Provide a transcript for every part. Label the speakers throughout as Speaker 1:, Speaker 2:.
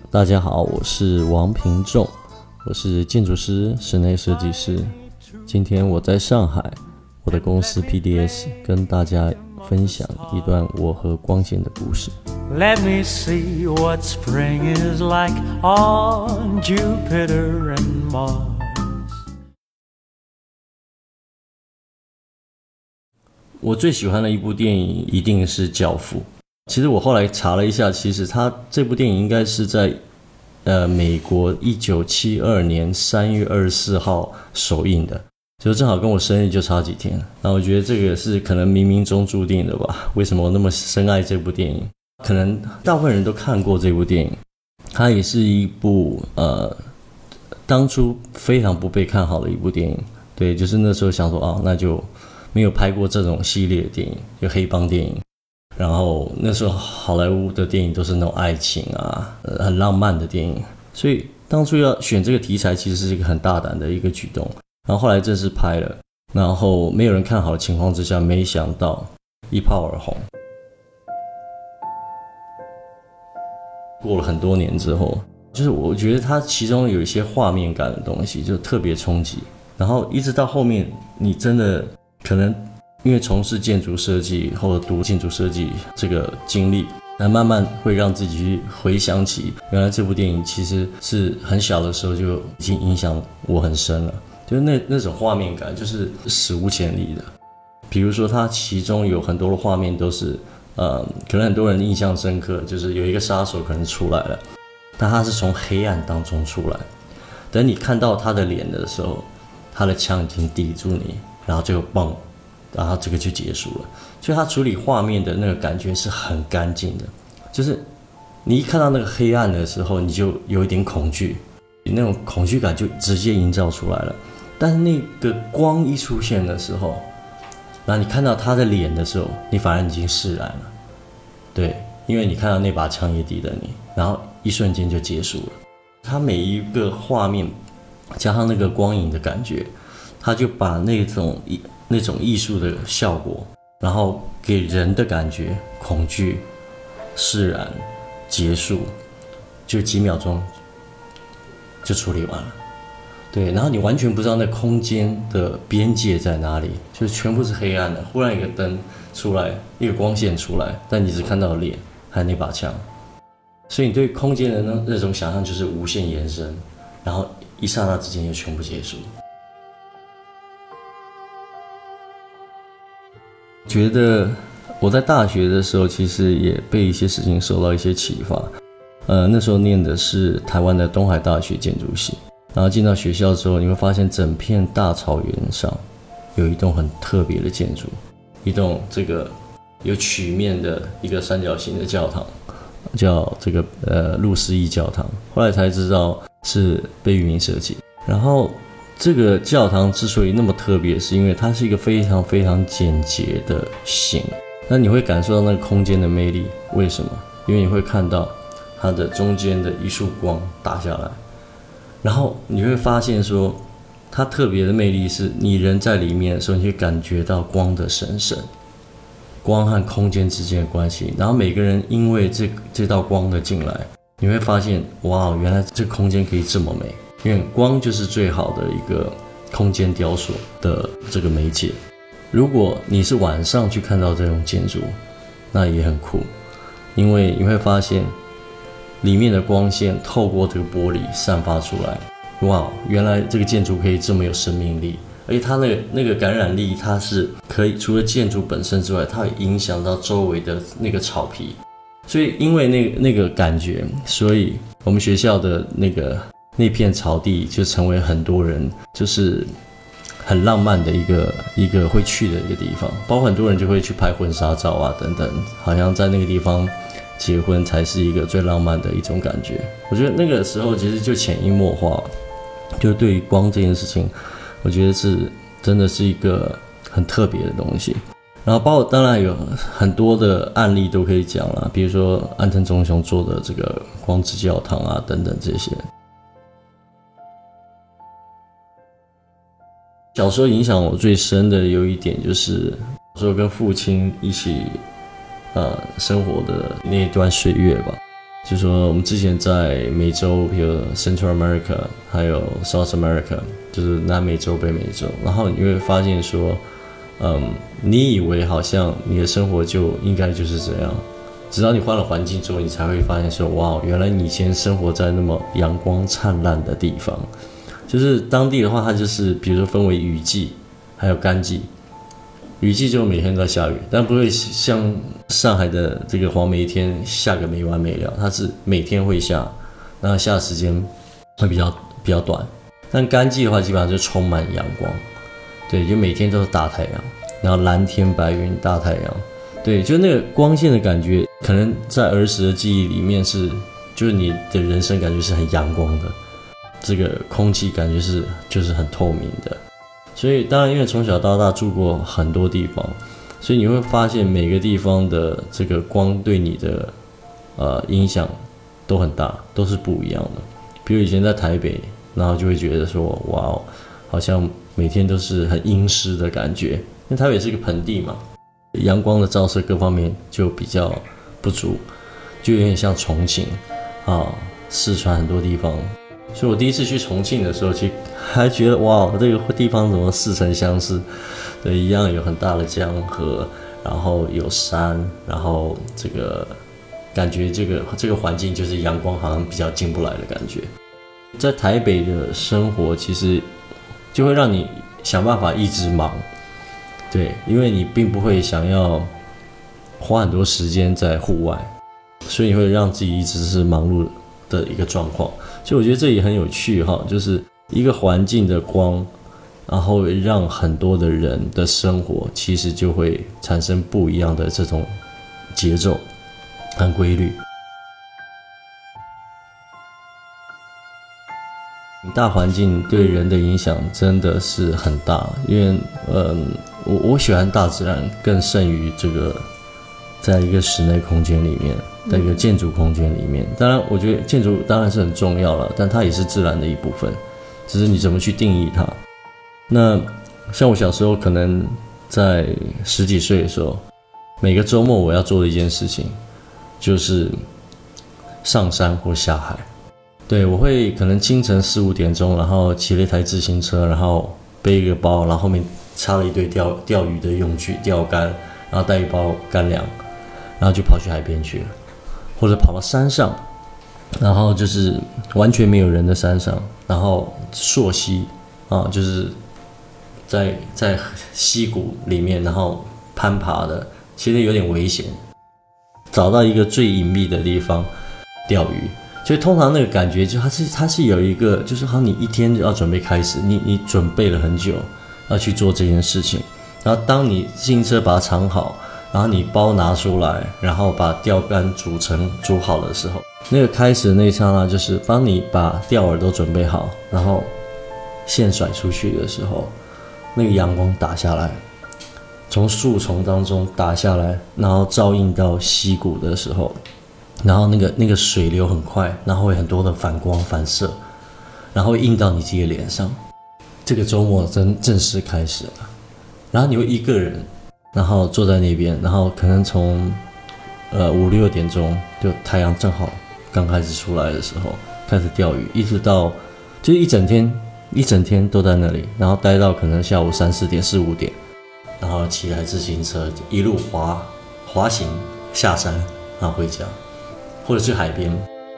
Speaker 1: 大家好，我是王平仲，我是建筑师、室内设计师。今天我在上海，我的公司 PDS 跟大家分享一段我和光线的故事。
Speaker 2: Let me see what spring is like on Jupiter and Mars.
Speaker 1: 我最喜欢的一部电影一定是《教父》。其实我后来查了一下，其实他这部电影应该是在美国1972年3月24号首映的，就正好跟我生日就差几天。那我觉得这个是可能冥冥中注定的吧？为什么我那么深爱这部电影？可能大部分人都看过这部电影，它也是一部当初非常不被看好的一部电影。对，就是那时候想说那就没有拍过这种系列的电影，就黑帮电影。然后那时候好莱坞的电影都是那种爱情很浪漫的电影，所以当初要选这个题材其实是一个很大胆的一个举动。然后后来正式拍了，然后没有人看好的情况之下，没想到一炮而红。过了很多年之后，就是我觉得它其中有一些画面感的东西就特别冲击，然后一直到后面你真的可能因为从事建筑设计或者读建筑设计这个经历，那慢慢会让自己去回想起原来这部电影其实是很小的时候就已经影响我很深了，就是那种画面感就是史无前例的。比如说它其中有很多的画面都是可能很多人印象深刻，就是有一个杀手可能出来了，但他是从黑暗当中出来，等你看到他的脸的时候，他的枪已经抵住你，然后就嘣，然后这个就结束了。所以他处理画面的那个感觉是很干净的，就是你一看到那个黑暗的时候，你就有一点恐惧，那种恐惧感就直接营造出来了。但是那个光一出现的时候，然后你看到他的脸的时候，你反而已经释然了。对，因为你看到那把枪也抵着你，然后一瞬间就结束了。他每一个画面加上那个光影的感觉，他就把那种艺术的效果，然后给人的感觉恐惧、释然、结束，就几秒钟就处理完了。对，然后你完全不知道那空间的边界在哪里，就是全部是黑暗的。忽然一个灯出来，一个光线出来，但你只看到脸还有那把枪，所以你对空间的那种想象就是无限延伸，然后一刹那之间就全部结束。觉得我在大学的时候其实也被一些事情受到一些启发。那时候念的是台湾的东海大学建筑系，然后进到学校之后，你会发现整片大草原上有一栋很特别的建筑，一栋这个有曲面的一个三角形的教堂，叫这个路思义教堂。后来才知道是贝聿铭设计。然后这个教堂之所以那么特别，是因为它是一个非常非常简洁的形，那你会感受到那个空间的魅力。为什么？因为你会看到它的中间的一束光打下来，然后你会发现说它特别的魅力是你人在里面的时候，你会感觉到光的神圣，光和空间之间的关系。然后每个人因为这道光的进来，你会发现哇，原来这个空间可以这么美。因为光就是最好的一个空间雕塑的这个媒介。如果你是晚上去看到这种建筑，那也很酷，因为你会发现里面的光线透过这个玻璃散发出来，哇，原来这个建筑可以这么有生命力。而且它那个感染力，它是可以除了建筑本身之外，它会影响到周围的那个草皮。所以因为那个感觉，所以我们学校的那片草地就成为很多人就是很浪漫的一个会去的一个地方，包括很多人就会去拍婚纱照等等，好像在那个地方结婚才是一个最浪漫的一种感觉。我觉得那个时候其实就潜移默化，就对于光这件事情，我觉得是真的是一个很特别的东西。然后包括当然有很多的案例都可以讲啦，比如说安藤忠雄做的这个光之教堂等等这些。小时候影响我最深的有一点就是小时候跟父亲一起生活的那一段岁月吧。 就是说我们之前在美洲，比如 Central America 还有 South America， 就是南美洲、北美洲，然后你会发现说，你以为好像你的生活就应该就是这样，直到你换了环境之后，你才会发现说，哇，原来你以前生活在那么阳光灿烂的地方。就是当地的话，它就是比如说分为雨季还有干季。雨季就每天都在下雨，但不会像上海的这个黄梅天下个没完没了，它是每天会下，那下的时间会比较短。但干季的话，基本上就充满阳光，对，就每天都是大太阳，然后蓝天白云大太阳，对，就那个光线的感觉，可能在儿时的记忆里面就是你的人生感觉是很阳光的，这个空气感觉就是很透明的。所以当然因为从小到大住过很多地方，所以你会发现每个地方的这个光对你的影响都很大，都是不一样的。比如以前在台北，然后就会觉得说，哇，好像每天都是很阴湿的感觉，因为台北是一个盆地嘛，阳光的照射各方面就比较不足，就有点像重庆四川很多地方。所以我第一次去重庆的时候，其实还觉得哇，这个地方怎么似曾相识？对，一样有很大的江河，然后有山，然后这个感觉这个环境就是阳光好像比较进不来的感觉。在台北的生活其实就会让你想办法一直忙，对，因为你并不会想要花很多时间在户外，所以你会让自己一直是忙碌的一个状况。所以我觉得这也很有趣哈，就是一个环境的光，然后让很多的人的生活其实就会产生不一样的这种节奏和规律。大环境对人的影响真的是很大，因为我喜欢大自然更胜于这个在一个室内空间里面，在一个建筑空间里面。当然我觉得建筑当然是很重要了，但它也是自然的一部分，只是你怎么去定义它。那像我小时候可能在10几岁的时候，每个周末我要做的一件事情就是上山或下海。对，我会可能清晨4、5点钟，然后骑了一台自行车，然后背一个包，然后后面插了一堆钓鱼的用具，钓竿，然后带一包干粮，然后就跑去海边去了，或者跑到山上，然后就是完全没有人的山上，然后溯溪就是在溪谷里面，然后攀爬的，其实有点危险。找到一个最隐秘的地方钓鱼，所以通常那个感觉就它是有一个，就是好像你一天就要准备开始，你准备了很久要去做这件事情，然后当你自行车把它藏好，然后你包拿出来，然后把钓竿煮好的时候，那个开始的那一刹那，就是当你把钓饵都准备好，然后线甩出去的时候，那个阳光打下来，从树丛当中打下来，然后照映到溪谷的时候，然后那个水流很快，然后会很多的反光反射，然后会映到你自己的脸上。这个周末正式开始了，然后你会一个人，然后坐在那边，然后可能从5、6点钟，就太阳正好刚开始出来的时候开始钓鱼，一直到就是一整天都在那里，然后待到可能下午3、4点、4、5点，然后骑台自行车一路滑行下山，然后回家，或者去海边。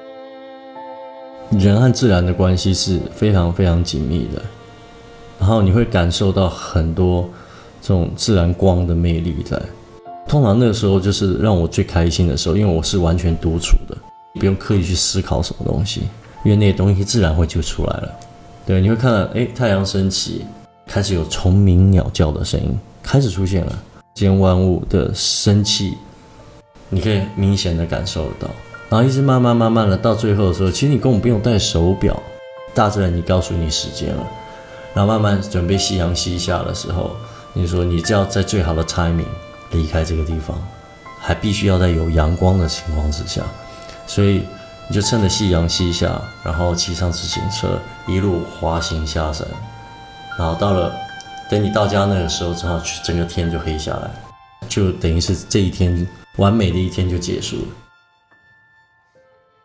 Speaker 1: 人和自然的关系是非常非常紧密的，然后你会感受到很多这种自然光的魅力在。通常那个时候就是让我最开心的时候，因为我是完全独处的，不用刻意去思考什么东西，因为那些东西自然会就出来了。对，你会看到太阳升起，开始有虫鸣鸟叫的声音开始出现了，世间万物的生气你可以明显的感受得到，然后一直慢慢的到最后的时候，其实你根本不用带手表，大自然你告诉你时间了，然后慢慢准备夕阳西下的时候，你说你只要在最好的 timing 离开这个地方，还必须要在有阳光的情况之下，所以你就趁着夕阳西下，然后骑上自行车一路滑行下山，然后等你到家那个时候，正好整个天就黑下来，就等于是这一天完美的一天就结束了。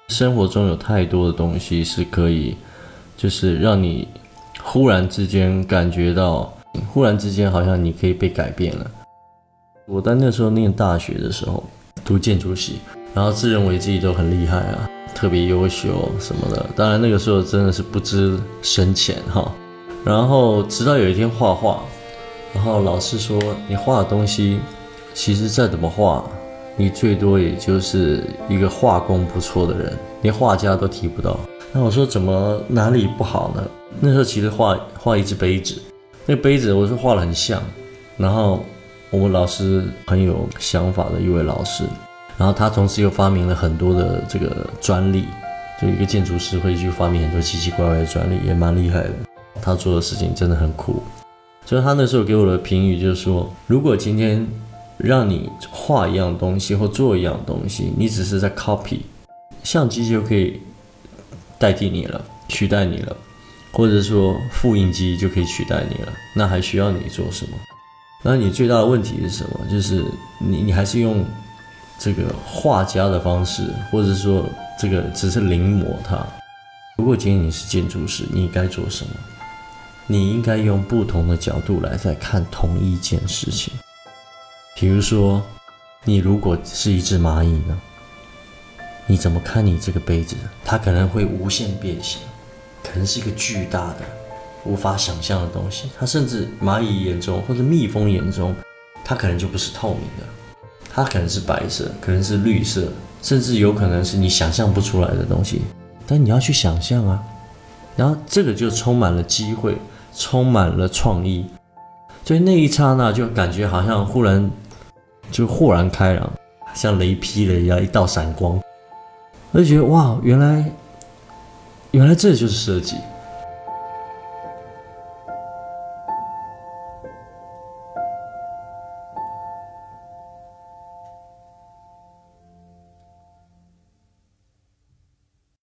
Speaker 1: 生活中有太多的东西是可以，就是让你忽然之间感觉到，忽然之间好像你可以被改变了。我在那时候念大学的时候，读建筑系，然后自认为自己都很厉害啊，特别优秀什么的。当然那个时候真的是不知深浅哈。然后直到有一天画画，然后老师说，你画的东西，其实再怎么画，你最多也就是一个画工不错的人，连画家都提不到。那我说怎么哪里不好呢？那时候其实画一只杯子，那个杯子我说画得很像，然后我们老师很有想法的一位老师，然后他同时又发明了很多的这个专利，就一个建筑师会去发明很多奇奇怪怪的专利，也蛮厉害的。他做的事情真的很酷，所以他那时候给我的评语就是说，如果今天让你画一样东西或做一样东西，你只是在 copy， 相机就可以代替你了，取代你了，或者说复印机就可以取代你了，那还需要你做什么？那你最大的问题是什么？就是你还是用这个画家的方式，或者说这个只是临摹它。如果今天你是建筑师，你该做什么？你应该用不同的角度来再看同一件事情。比如说，你如果是一只蚂蚁呢？你怎么看你这个杯子？它可能会无限变形，可能是一个巨大的无法想象的东西。它甚至蚂蚁眼中或者蜜蜂眼中，它可能就不是透明的，它可能是白色，可能是绿色，甚至有可能是你想象不出来的东西。但你要去想象啊，然后这个就充满了机会，充满了创意。所以那一刹那就感觉好像忽然就豁然开朗，像雷劈了一样，一道闪光。我就觉得哇，原来这就是设计。